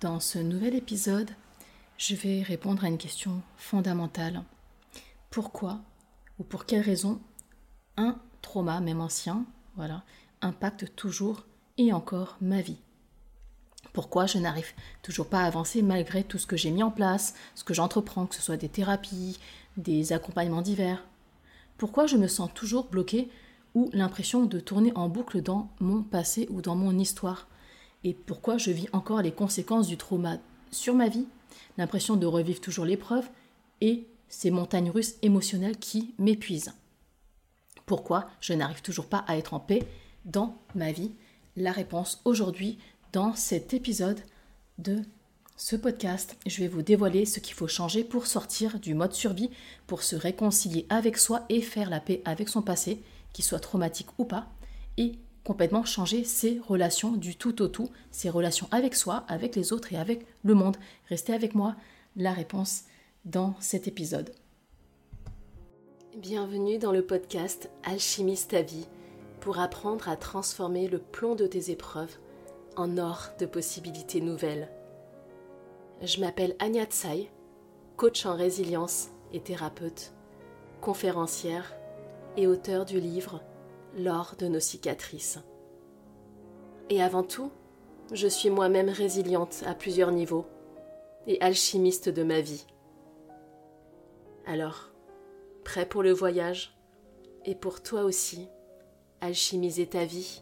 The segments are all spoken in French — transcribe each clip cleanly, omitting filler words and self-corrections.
Dans ce nouvel épisode, je vais répondre à une question fondamentale. Pourquoi ou pour quelle raison un trauma, même ancien, impacte toujours et encore ma vie? Pourquoi je n'arrive toujours pas à avancer malgré tout ce que j'ai mis en place, ce que j'entreprends, que ce soit des thérapies, des accompagnements divers? Pourquoi je me sens toujours bloquée ou l'impression de tourner en boucle dans mon passé ou dans mon histoire? Et pourquoi je vis encore les conséquences du trauma sur ma vie, l'impression de revivre toujours l'épreuve et ces montagnes russes émotionnelles qui m'épuisent? Pourquoi je n'arrive toujours pas à être en paix dans ma vie? La réponse aujourd'hui dans cet épisode de ce podcast. Je vais vous dévoiler ce qu'il faut changer pour sortir du mode survie, pour se réconcilier avec soi et faire la paix avec son passé, qu'il soit traumatique ou pas, et complètement changer ses relations du tout au tout, ses relations avec soi, avec les autres et avec le monde. Restez avec moi, la réponse dans cet épisode. Bienvenue dans le podcast Alchimise ta vie pour apprendre à transformer le plomb de tes épreuves en or de possibilités nouvelles. Je m'appelle Anya Tsai, coach en résilience et thérapeute, conférencière et auteure du livre L'or de nos cicatrices. Et avant tout, je suis moi-même résiliente à plusieurs niveaux et alchimiste de ma vie. Alors, prêt pour le voyage et pour toi aussi, alchimiser ta vie?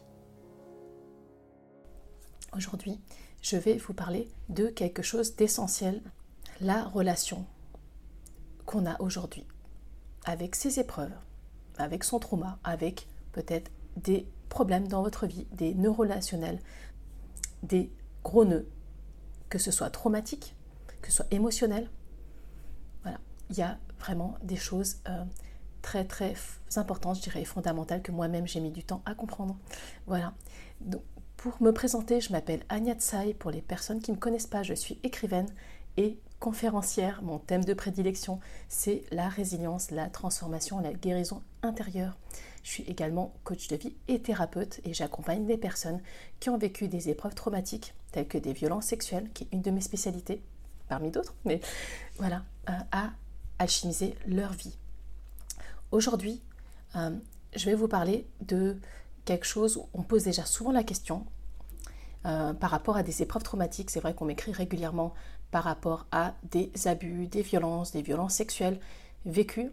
Aujourd'hui, je vais vous parler de quelque chose d'essentiel, la relation qu'on a aujourd'hui avec ses épreuves, avec son trauma, avec peut-être des problèmes dans votre vie, des nœuds relationnels, des gros nœuds, que ce soit traumatique, que ce soit émotionnel. Voilà, il y a vraiment des choses très très importantes, je dirais fondamentales, que moi-même j'ai mis du temps à comprendre. Voilà, donc pour me présenter, je m'appelle Anya Tsai. Pour les personnes qui ne me connaissent pas, je suis écrivaine et conférencière. Mon thème de prédilection, c'est la résilience, la transformation, la guérison intérieure. Je suis également coach de vie et thérapeute et j'accompagne des personnes qui ont vécu des épreuves traumatiques telles que des violences sexuelles, qui est une de mes spécialités, parmi d'autres, mais voilà, à alchimiser leur vie. Aujourd'hui, je vais vous parler de quelque chose où on pose déjà souvent la question par rapport à des épreuves traumatiques. C'est vrai qu'on m'écrit régulièrement par rapport à des abus, des violences sexuelles vécues.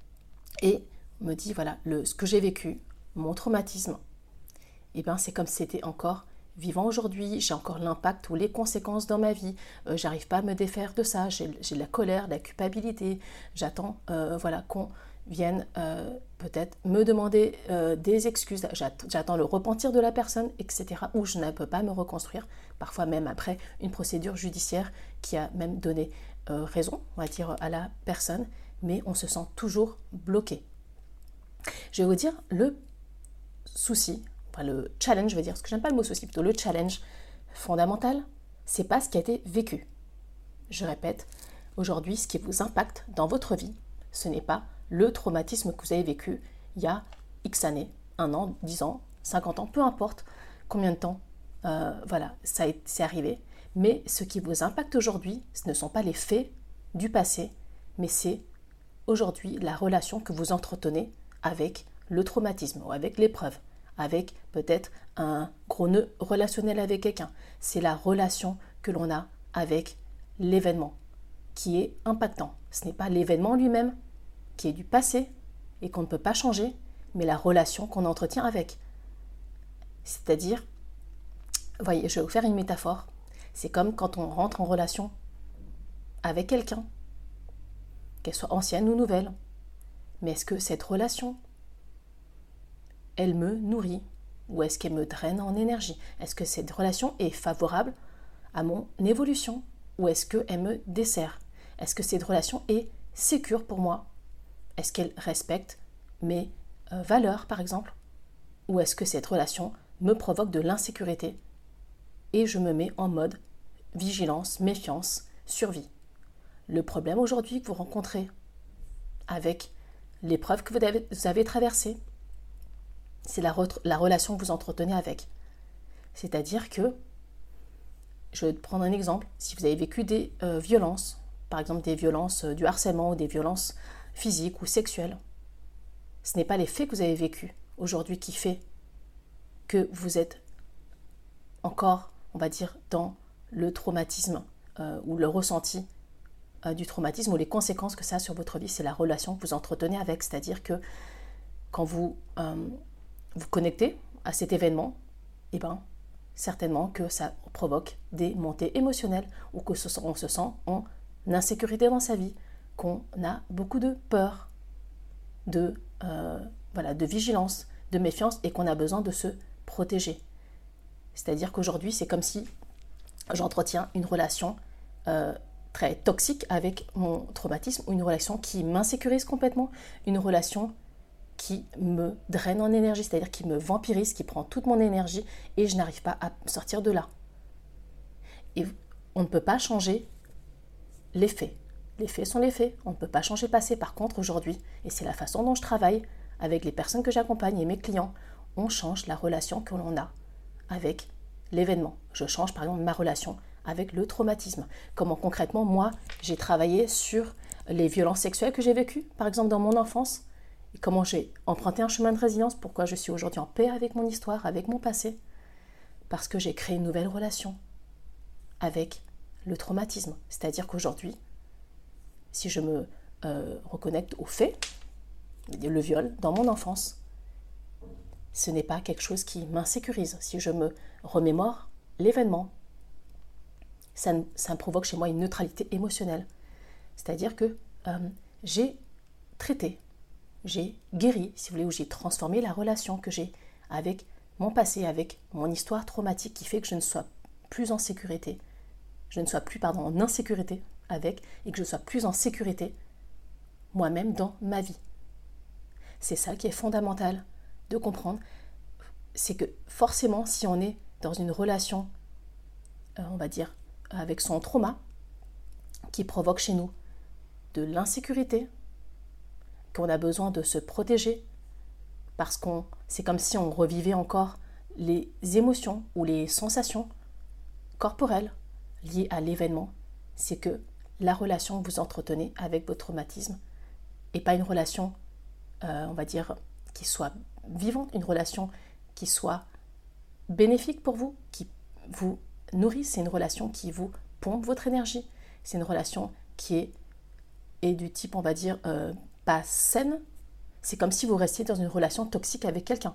Et on me dit, voilà, ce que j'ai vécu, mon traumatisme, c'est comme si c'était encore vivant aujourd'hui. J'ai encore l'impact ou les conséquences dans ma vie. J'arrive pas à me défaire de ça. J'ai de la colère, de la culpabilité. J'attends qu'on viennent peut-être me demander des excuses, j'attends le repentir de la personne, etc. Ou je ne peux pas me reconstruire, parfois même après une procédure judiciaire qui a même donné raison, on va dire, à la personne, mais on se sent toujours bloqué. Je vais vous dire le souci, le challenge, je vais dire, parce que j'aime pas le mot souci, plutôt le challenge fondamental, c'est pas ce qui a été vécu. Je répète, aujourd'hui, ce qui vous impacte dans votre vie, ce n'est pas le traumatisme que vous avez vécu il y a X années, 1 an, 10 ans, 50 ans, peu importe combien de temps, c'est arrivé. Mais ce qui vous impacte aujourd'hui, ce ne sont pas les faits du passé, mais c'est aujourd'hui la relation que vous entretenez avec le traumatisme ou avec l'épreuve, avec peut-être un gros nœud relationnel avec quelqu'un. C'est la relation que l'on a avec l'événement qui est impactant. Ce n'est pas l'événement lui-même qui est du passé et qu'on ne peut pas changer, mais la relation qu'on entretient avec. C'est-à-dire, voyez, je vais vous faire une métaphore. C'est comme quand on rentre en relation avec quelqu'un, qu'elle soit ancienne ou nouvelle. Mais est-ce que cette relation, elle me nourrit ou est-ce qu'elle me draine en énergie? Est-ce que cette relation est favorable à mon évolution ou est-ce qu'elle me dessert? Est-ce que cette relation est sécure pour moi? Est-ce qu'elle respecte mes valeurs, par exemple? Ou est-ce que cette relation me provoque de l'insécurité et je me mets en mode vigilance, méfiance, survie? Le problème aujourd'hui que vous rencontrez avec l'épreuve que vous avez traversée, c'est la relation que vous entretenez avec. C'est-à-dire que je vais prendre un exemple. Si vous avez vécu des violences, par exemple des violences, du harcèlement ou des violences physiques ou sexuelles, ce n'est pas les faits que vous avez vécus aujourd'hui qui fait que vous êtes encore, on va dire, dans le traumatisme ou le ressenti du traumatisme ou les conséquences que ça a sur votre vie. C'est la relation que vous entretenez avec. C'est-à-dire que quand vous vous connectez à cet événement, eh ben, certainement que ça provoque des montées émotionnelles ou qu'on se sent en insécurité dans sa vie, qu'on a beaucoup de peur, de vigilance, de méfiance et qu'on a besoin de se protéger. C'est-à-dire qu'aujourd'hui, c'est comme si j'entretiens une relation très toxique avec mon traumatisme ou une relation qui m'insécurise complètement, une relation qui me draine en énergie, c'est-à-dire qui me vampirise, qui prend toute mon énergie et je n'arrive pas à sortir de là. Et on ne peut pas changer les faits. Les faits sont les faits, on ne peut pas changer le passé. Par contre, aujourd'hui, et c'est la façon dont je travaille avec les personnes que j'accompagne et mes clients, on change la relation que l'on a avec l'événement. Je change par exemple ma relation avec le traumatisme. Comment concrètement, moi, j'ai travaillé sur les violences sexuelles que j'ai vécues, par exemple dans mon enfance, et comment j'ai emprunté un chemin de résilience, pourquoi je suis aujourd'hui en paix avec mon histoire, avec mon passé. Parce que j'ai créé une nouvelle relation avec le traumatisme. C'est-à-dire qu'aujourd'hui, si je me reconnecte aux faits, le viol dans mon enfance, ce n'est pas quelque chose qui m'insécurise. Si je me remémore l'événement, ça me provoque chez moi une neutralité émotionnelle. C'est-à-dire que j'ai traité, j'ai guéri, si vous voulez, ou j'ai transformé la relation que j'ai avec mon passé, avec mon histoire traumatique qui fait que je ne sois plus en sécurité, je ne sois plus en insécurité avec, et que je sois plus en sécurité moi-même dans ma vie. C'est ça qui est fondamental de comprendre, c'est que forcément, si on est dans une relation, on va dire, avec son trauma, qui provoque chez nous de l'insécurité, qu'on a besoin de se protéger, parce que c'est comme si on revivait encore les émotions ou les sensations corporelles liées à l'événement, c'est que la relation que vous entretenez avec votre traumatisme n'est pas une relation, on va dire, qui soit vivante, une relation qui soit bénéfique pour vous, qui vous nourrisse, c'est une relation qui vous pompe votre énergie, c'est une relation qui est du type, on va dire, pas saine. C'est comme si vous restiez dans une relation toxique avec quelqu'un.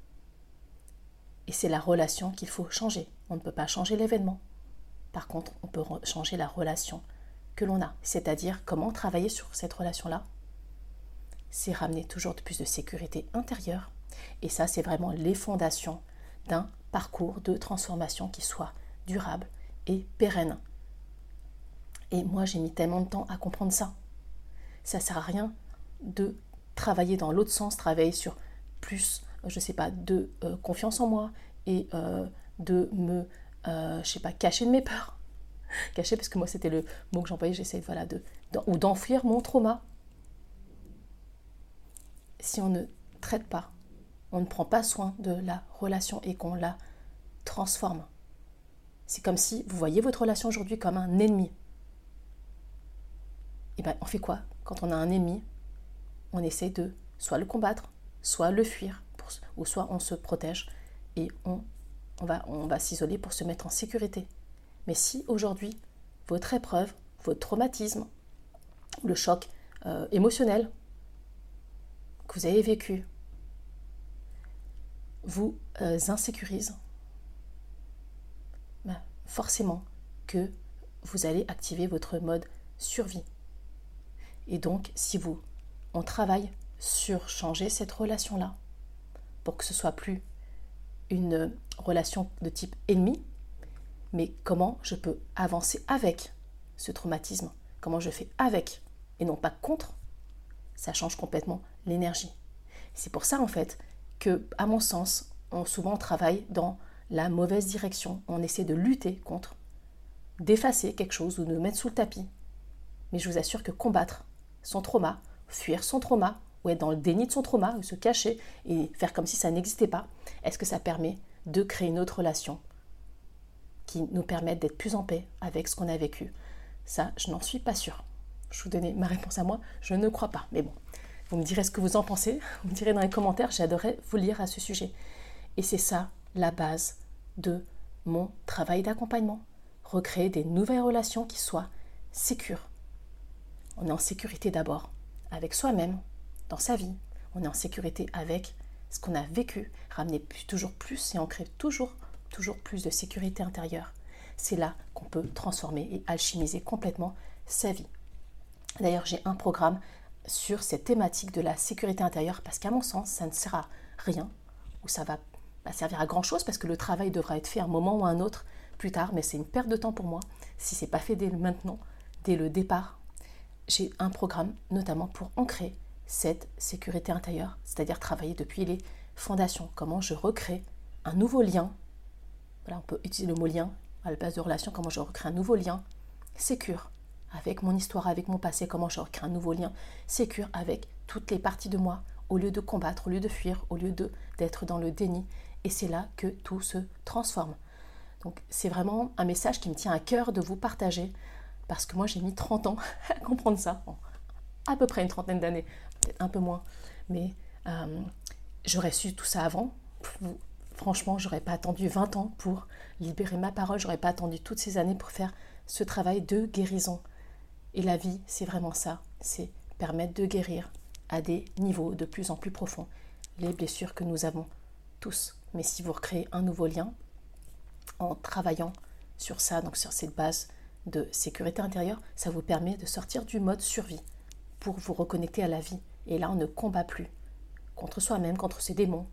Et c'est la relation qu'il faut changer. On ne peut pas changer l'événement. Par contre, on peut changer la relation que l'on a. C'est-à-dire, comment travailler sur cette relation-là? C'est ramener toujours plus de sécurité intérieure. Et ça, c'est vraiment les fondations d'un parcours de transformation qui soit durable et pérenne. Et moi, j'ai mis tellement de temps à comprendre ça. Ça ne sert à rien de travailler dans l'autre sens, travailler sur plus, je sais pas, de confiance en moi et de me, cacher de mes peurs. Cacher, parce que moi, c'était le mot que j'employais, j'essaie ou d'enfuir mon trauma. Si on ne traite pas, on ne prend pas soin de la relation et qu'on la transforme. C'est comme si vous voyez votre relation aujourd'hui comme un ennemi. Et bien, on fait quoi? Quand on a un ennemi, on essaie de soit le combattre, soit le fuir, ou soit on se protège et on va s'isoler pour se mettre en sécurité. Mais si aujourd'hui, votre épreuve, votre traumatisme, le choc émotionnel que vous avez vécu vous insécurise, ben, forcément que vous allez activer votre mode survie. Et donc, si on travaille sur changer cette relation-là pour que ce soit plus une relation de type ennemi, mais comment je peux avancer avec ce traumatisme, comment je fais avec et non pas contre, ça change complètement l'énergie. C'est pour ça en fait que, à mon sens, souvent on travaille dans la mauvaise direction, on essaie de lutter contre, d'effacer quelque chose ou de mettre sous le tapis. Mais je vous assure que combattre son trauma, fuir son trauma, ou être dans le déni de son trauma, ou se cacher et faire comme si ça n'existait pas, est-ce que ça permet de créer une autre relation qui nous permettent d'être plus en paix avec ce qu'on a vécu. Ça, je n'en suis pas sûre. Je vous donnais ma réponse à moi, je ne crois pas. Mais bon, vous me direz ce que vous en pensez, vous me direz dans les commentaires, j'adorerais vous lire à ce sujet. Et c'est ça la base de mon travail d'accompagnement. Recréer des nouvelles relations qui soient sécures. On est en sécurité d'abord avec soi-même, dans sa vie. On est en sécurité avec ce qu'on a vécu, ramener toujours plus et ancrer toujours plus de sécurité intérieure. C'est là qu'on peut transformer et alchimiser complètement sa vie. D'ailleurs, j'ai un programme sur cette thématique de la sécurité intérieure parce qu'à mon sens, ça ne sert à rien ou ça va pas servir à grand chose parce que le travail devra être fait à un moment ou à un autre plus tard, mais c'est une perte de temps pour moi si c'est pas fait dès maintenant, dès le départ. J'ai un programme notamment pour ancrer cette sécurité intérieure, c'est-à-dire travailler depuis les fondations, comment je recrée un nouveau lien. Voilà, on peut utiliser le mot lien à la place de relation, comment je recrée un nouveau lien sécure avec mon histoire, avec mon passé, comment je recrée un nouveau lien sécure avec toutes les parties de moi, au lieu de combattre, au lieu de fuir, au lieu d'être dans le déni. Et c'est là que tout se transforme. Donc c'est vraiment un message qui me tient à cœur de vous partager, parce que moi j'ai mis 30 ans à comprendre ça, bon, à peu près une trentaine d'années, peut-être un peu moins, mais j'aurais su tout ça avant. Franchement, j'aurais pas attendu 20 ans pour libérer ma parole, j'aurais pas attendu toutes ces années pour faire ce travail de guérison. Et la vie, c'est vraiment ça, c'est permettre de guérir à des niveaux de plus en plus profonds les blessures que nous avons tous. Mais si vous recréez un nouveau lien en travaillant sur ça, donc sur cette base de sécurité intérieure, ça vous permet de sortir du mode survie pour vous reconnecter à la vie. Et là, on ne combat plus contre soi-même, contre ses démons,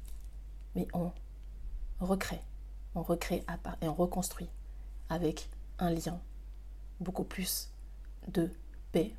mais on recrée et on reconstruit avec un lien beaucoup plus de paix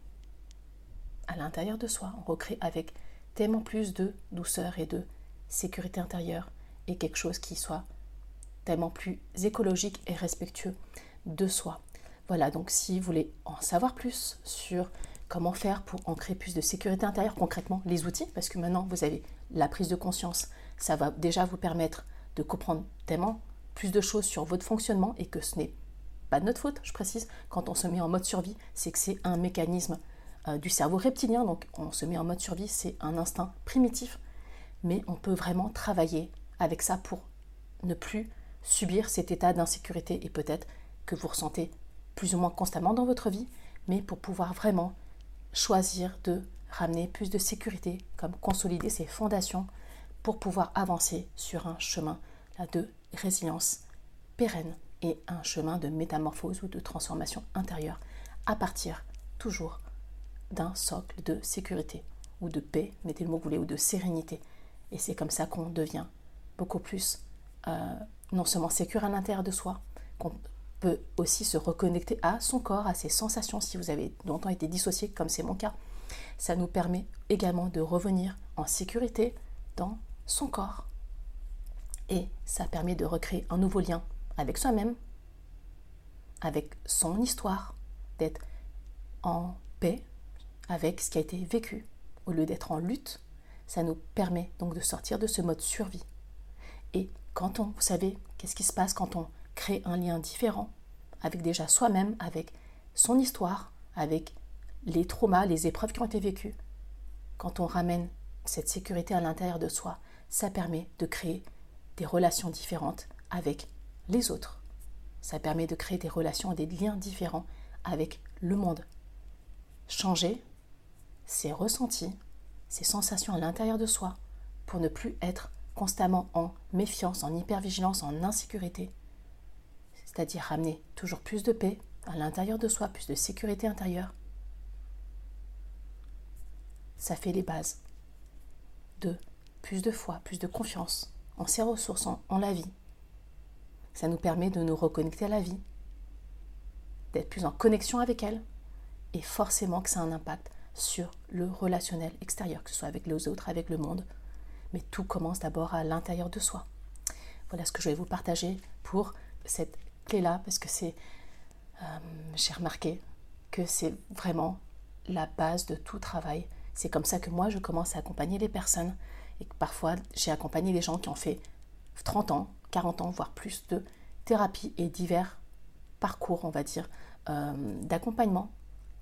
à l'intérieur de soi. On recrée avec tellement plus de douceur et de sécurité intérieure et quelque chose qui soit tellement plus écologique et respectueux de soi. Voilà, donc si vous voulez en savoir plus sur comment faire pour ancrer plus de sécurité intérieure, concrètement les outils, parce que maintenant vous avez la prise de conscience, ça va déjà vous permettre de comprendre tellement plus de choses sur votre fonctionnement et que ce n'est pas de notre faute, je précise, quand on se met en mode survie, c'est que c'est un mécanisme du cerveau reptilien, donc on se met en mode survie, c'est un instinct primitif, mais on peut vraiment travailler avec ça pour ne plus subir cet état d'insécurité et peut-être que vous ressentez plus ou moins constamment dans votre vie, mais pour pouvoir vraiment choisir de ramener plus de sécurité, comme consolider ses fondations pour pouvoir avancer sur un chemin de résilience pérenne et un chemin de métamorphose ou de transformation intérieure à partir toujours d'un socle de sécurité ou de paix, mettez le mot que vous voulez, ou de sérénité. Et c'est comme ça qu'on devient beaucoup plus non seulement sécure à l'intérieur de soi, qu'on peut aussi se reconnecter à son corps, à ses sensations si vous avez longtemps été dissocié, comme c'est mon cas. Ça nous permet également de revenir en sécurité dans son corps. Et ça permet de recréer un nouveau lien avec soi-même, avec son histoire, d'être en paix avec ce qui a été vécu, au lieu d'être en lutte. Ça nous permet donc de sortir de ce mode survie. Et quand vous savez, qu'est-ce qui se passe quand on crée un lien différent avec déjà soi-même, avec son histoire, avec les traumas, les épreuves qui ont été vécues. Quand on ramène cette sécurité à l'intérieur de soi, ça permet de créer des relations différentes avec les autres. Ça permet de créer des relations et des liens différents avec le monde. Changer ses ressentis, ses sensations à l'intérieur de soi pour ne plus être constamment en méfiance, en hypervigilance, en insécurité. C'est-à-dire ramener toujours plus de paix à l'intérieur de soi, plus de sécurité intérieure. Ça fait les bases de plus de foi, plus de confiance en ses ressources, en la vie. Ça nous permet de nous reconnecter à la vie, d'être plus en connexion avec elle, et forcément que ça a un impact sur le relationnel extérieur, que ce soit avec les autres, avec le monde. Mais tout commence d'abord à l'intérieur de soi. Voilà ce que je vais vous partager pour cette clé-là, parce que j'ai remarqué que c'est vraiment la base de tout travail. C'est comme ça que moi, je commence à accompagner les personnes, et que parfois, j'ai accompagné des gens qui ont fait 30 ans, 40 ans, voire plus de thérapies et divers parcours, on va dire, d'accompagnement.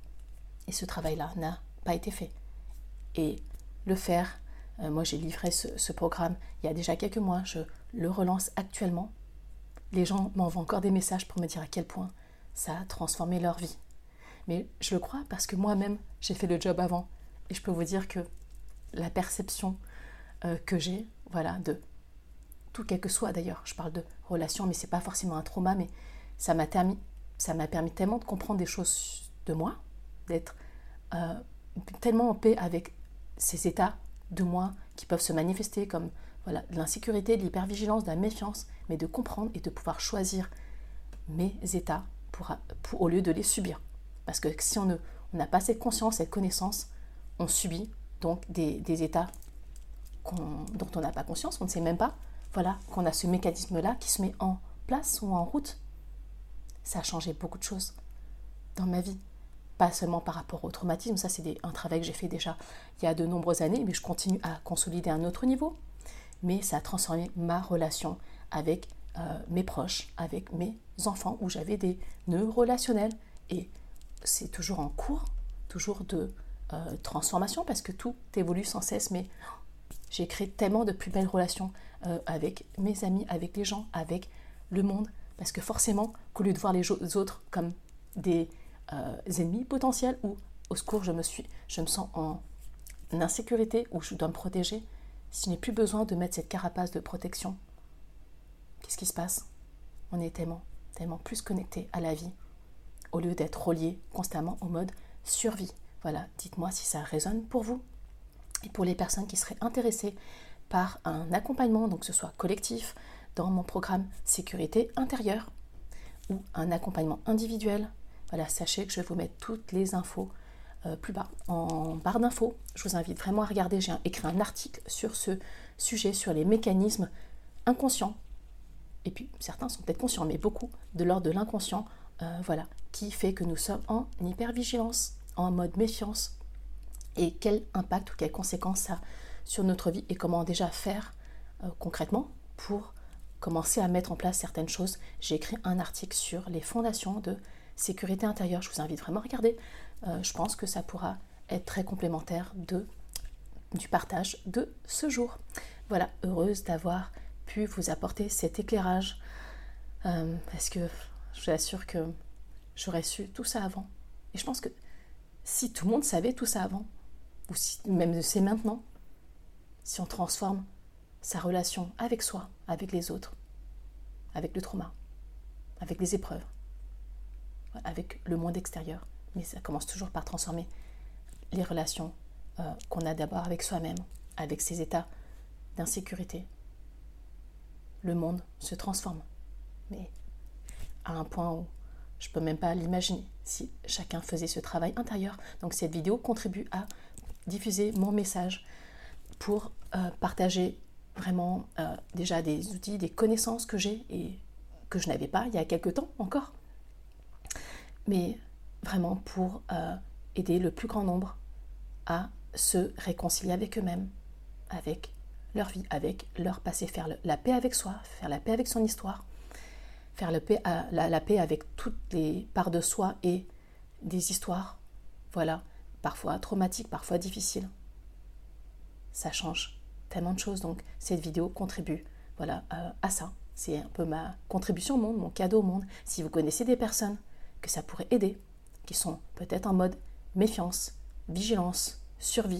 Et ce travail-là n'a pas été fait. Et le faire, moi j'ai livré ce programme il y a déjà quelques mois, je le relance actuellement. Les gens m'envoient encore des messages pour me dire à quel point ça a transformé leur vie. Mais je le crois parce que moi-même, j'ai fait le job avant. Et je peux vous dire que la perception que j'ai, voilà, de tout quel que soit d'ailleurs, je parle de relation, mais c'est pas forcément un trauma, mais ça m'a permis tellement de comprendre des choses de moi, d'être tellement en paix avec ces états de moi qui peuvent se manifester comme voilà, de l'insécurité, de l'hypervigilance, de la méfiance, mais de comprendre et de pouvoir choisir mes états au lieu de les subir. Parce que si on n'a pas cette conscience, cette connaissance, on subit donc des états dont on n'a pas conscience, on ne sait même pas, voilà, qu'on a ce mécanisme-là qui se met en place ou en route. Ça a changé beaucoup de choses dans ma vie. Pas seulement par rapport au traumatisme, ça c'est un travail que j'ai fait déjà il y a de nombreuses années, mais je continue à consolider un autre niveau. Mais ça a transformé ma relation avec mes proches, avec mes enfants, où j'avais des nœuds relationnels. Et c'est toujours en cours, toujours de transformation, parce que tout évolue sans cesse, mais j'ai créé tellement de plus belles relations avec mes amis, avec les gens, avec le monde, parce que forcément, qu'au lieu de voir les autres comme des ennemis potentiels ou au secours, je me sens en insécurité ou je dois me protéger, si je n'ai plus besoin de mettre cette carapace de protection, qu'est-ce qui se passe? On est tellement plus connecté à la vie au lieu d'être relié constamment au mode survie. Voilà, dites-moi si ça résonne pour vous. Et pour les personnes qui seraient intéressées par un accompagnement, donc que ce soit collectif, dans mon programme Sécurité intérieure, ou un accompagnement individuel, voilà, sachez que je vais vous mettre toutes les infos plus bas, en barre d'infos. Je vous invite vraiment à regarder, j'ai écrit un article sur ce sujet, sur les mécanismes inconscients, et puis certains sont peut-être conscients, mais beaucoup de l'ordre de l'inconscient, voilà, qui fait que nous sommes en hypervigilance, en mode méfiance, et quel impact ou quelles conséquences ça a sur notre vie et comment déjà faire concrètement pour commencer à mettre en place certaines choses. J'ai écrit un article sur les fondations de sécurité intérieure. Je vous invite vraiment à regarder. Je pense que ça pourra être très complémentaire du partage de ce jour. Voilà, heureuse d'avoir pu vous apporter cet éclairage parce que je vous assure que j'aurais su tout ça avant. Et je pense que si tout le monde savait tout ça avant, ou si même c'est maintenant, si on transforme sa relation avec soi, avec les autres, avec le trauma, avec les épreuves, avec le monde extérieur, mais ça commence toujours par transformer les relations qu'on a d'abord avec soi-même, avec ses états d'insécurité. Le monde se transforme, mais à un point où je ne peux même pas l'imaginer si chacun faisait ce travail intérieur. Donc cette vidéo contribue à diffuser mon message pour partager vraiment déjà des outils, des connaissances que j'ai et que je n'avais pas il y a quelques temps encore, mais vraiment pour aider le plus grand nombre à se réconcilier avec eux-mêmes, avec leur vie, avec leur passé, faire la paix avec soi, faire la paix avec son histoire, faire la paix avec toutes les parts de soi et des histoires, voilà, parfois traumatiques, parfois difficiles. Ça change tellement de choses, donc cette vidéo contribue voilà, à ça. C'est un peu ma contribution au monde, mon cadeau au monde. Si vous connaissez des personnes que ça pourrait aider, qui sont peut-être en mode méfiance, vigilance, survie,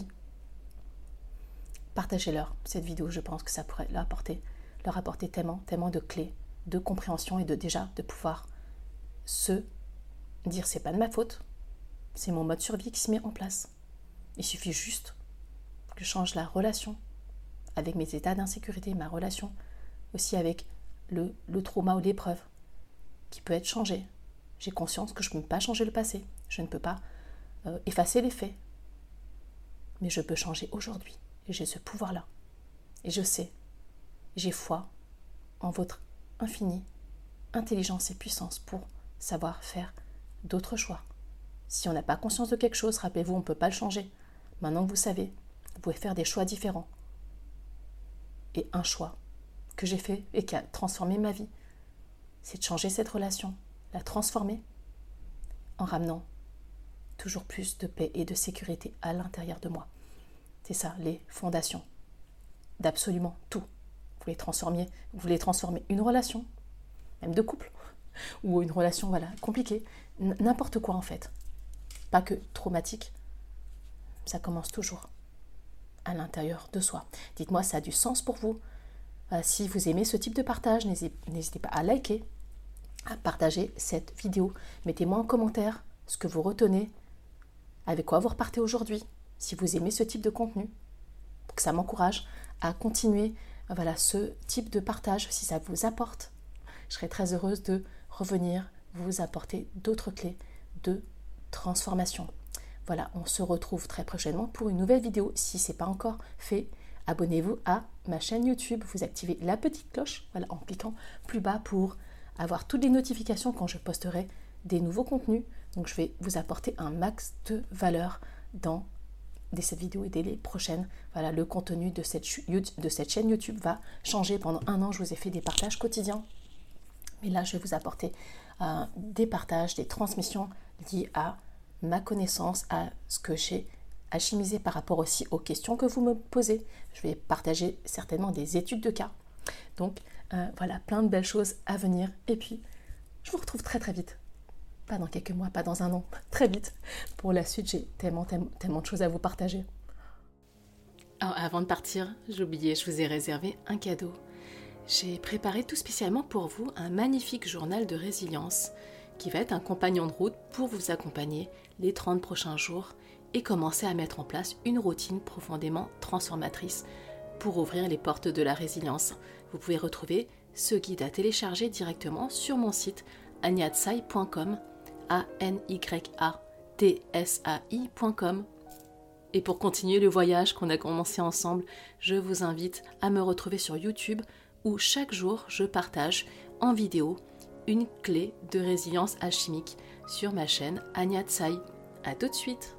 partagez-leur cette vidéo. Je pense que ça pourrait leur apporter tellement de clés, de compréhension et de pouvoir se dire c'est pas de ma faute, c'est mon mode survie qui se met en place. Il suffit juste que je change la relation avec mes états d'insécurité, ma relation aussi avec le trauma ou l'épreuve qui peut être changée. J'ai conscience que je ne peux pas changer le passé, je ne peux pas effacer les faits, mais je peux changer aujourd'hui et j'ai ce pouvoir-là. Et je sais, j'ai foi en votre infinie intelligence et puissance pour savoir faire d'autres choix. Si on n'a pas conscience de quelque chose, rappelez-vous, on ne peut pas le changer. Maintenant que vous savez, vous pouvez faire des choix différents. Et un choix que j'ai fait et qui a transformé ma vie, c'est de changer cette relation, la transformer en ramenant toujours plus de paix et de sécurité à l'intérieur de moi. C'est ça, les fondations d'absolument tout. Vous voulez transformer une relation, même de couple, ou une relation compliquée, n'importe quoi en fait. Pas que traumatique, ça commence toujours à l'intérieur de soi. Dites-moi, ça a du sens pour vous. Si vous aimez ce type de partage, n'hésitez pas à liker, à partager cette vidéo. Mettez-moi en commentaire ce que vous retenez, avec quoi vous repartez aujourd'hui, si vous aimez ce type de contenu, pour que ça m'encourage à continuer ce type de partage, si ça vous apporte. Je serai très heureuse de revenir vous apporter d'autres clés de transformation. Voilà, on se retrouve très prochainement pour une nouvelle vidéo. Si ce n'est pas encore fait, abonnez-vous à ma chaîne YouTube. Vous activez la petite cloche en cliquant plus bas pour avoir toutes les notifications quand je posterai des nouveaux contenus. Donc je vais vous apporter un max de valeur dès cette vidéo et dès les prochaines. Voilà, le contenu de cette chaîne YouTube va changer. Pendant 1 an, je vous ai fait des partages quotidiens. Mais là, je vais vous apporter des partages, des transmissions liées à ma connaissance, à ce que j'ai alchimisé par rapport aussi aux questions que vous me posez. Je vais partager certainement des études de cas. Donc, plein de belles choses à venir. Et puis, je vous retrouve très très vite. Pas dans quelques mois, pas dans 1 an, très vite. Pour la suite, j'ai tellement de choses à vous partager. Alors, avant de partir, j'ai oublié, je vous ai réservé un cadeau. J'ai préparé tout spécialement pour vous un magnifique journal de résilience qui va être un compagnon de route pour vous accompagner les 30 prochains jours et commencer à mettre en place une routine profondément transformatrice pour ouvrir les portes de la résilience. Vous pouvez retrouver ce guide à télécharger directement sur mon site agnatsai.com, ANYATSAI.com. Et pour continuer le voyage qu'on a commencé ensemble, je vous invite à me retrouver sur YouTube où chaque jour je partage en vidéo une clé de résilience alchimique sur ma chaîne Agnatsai. À tout de suite.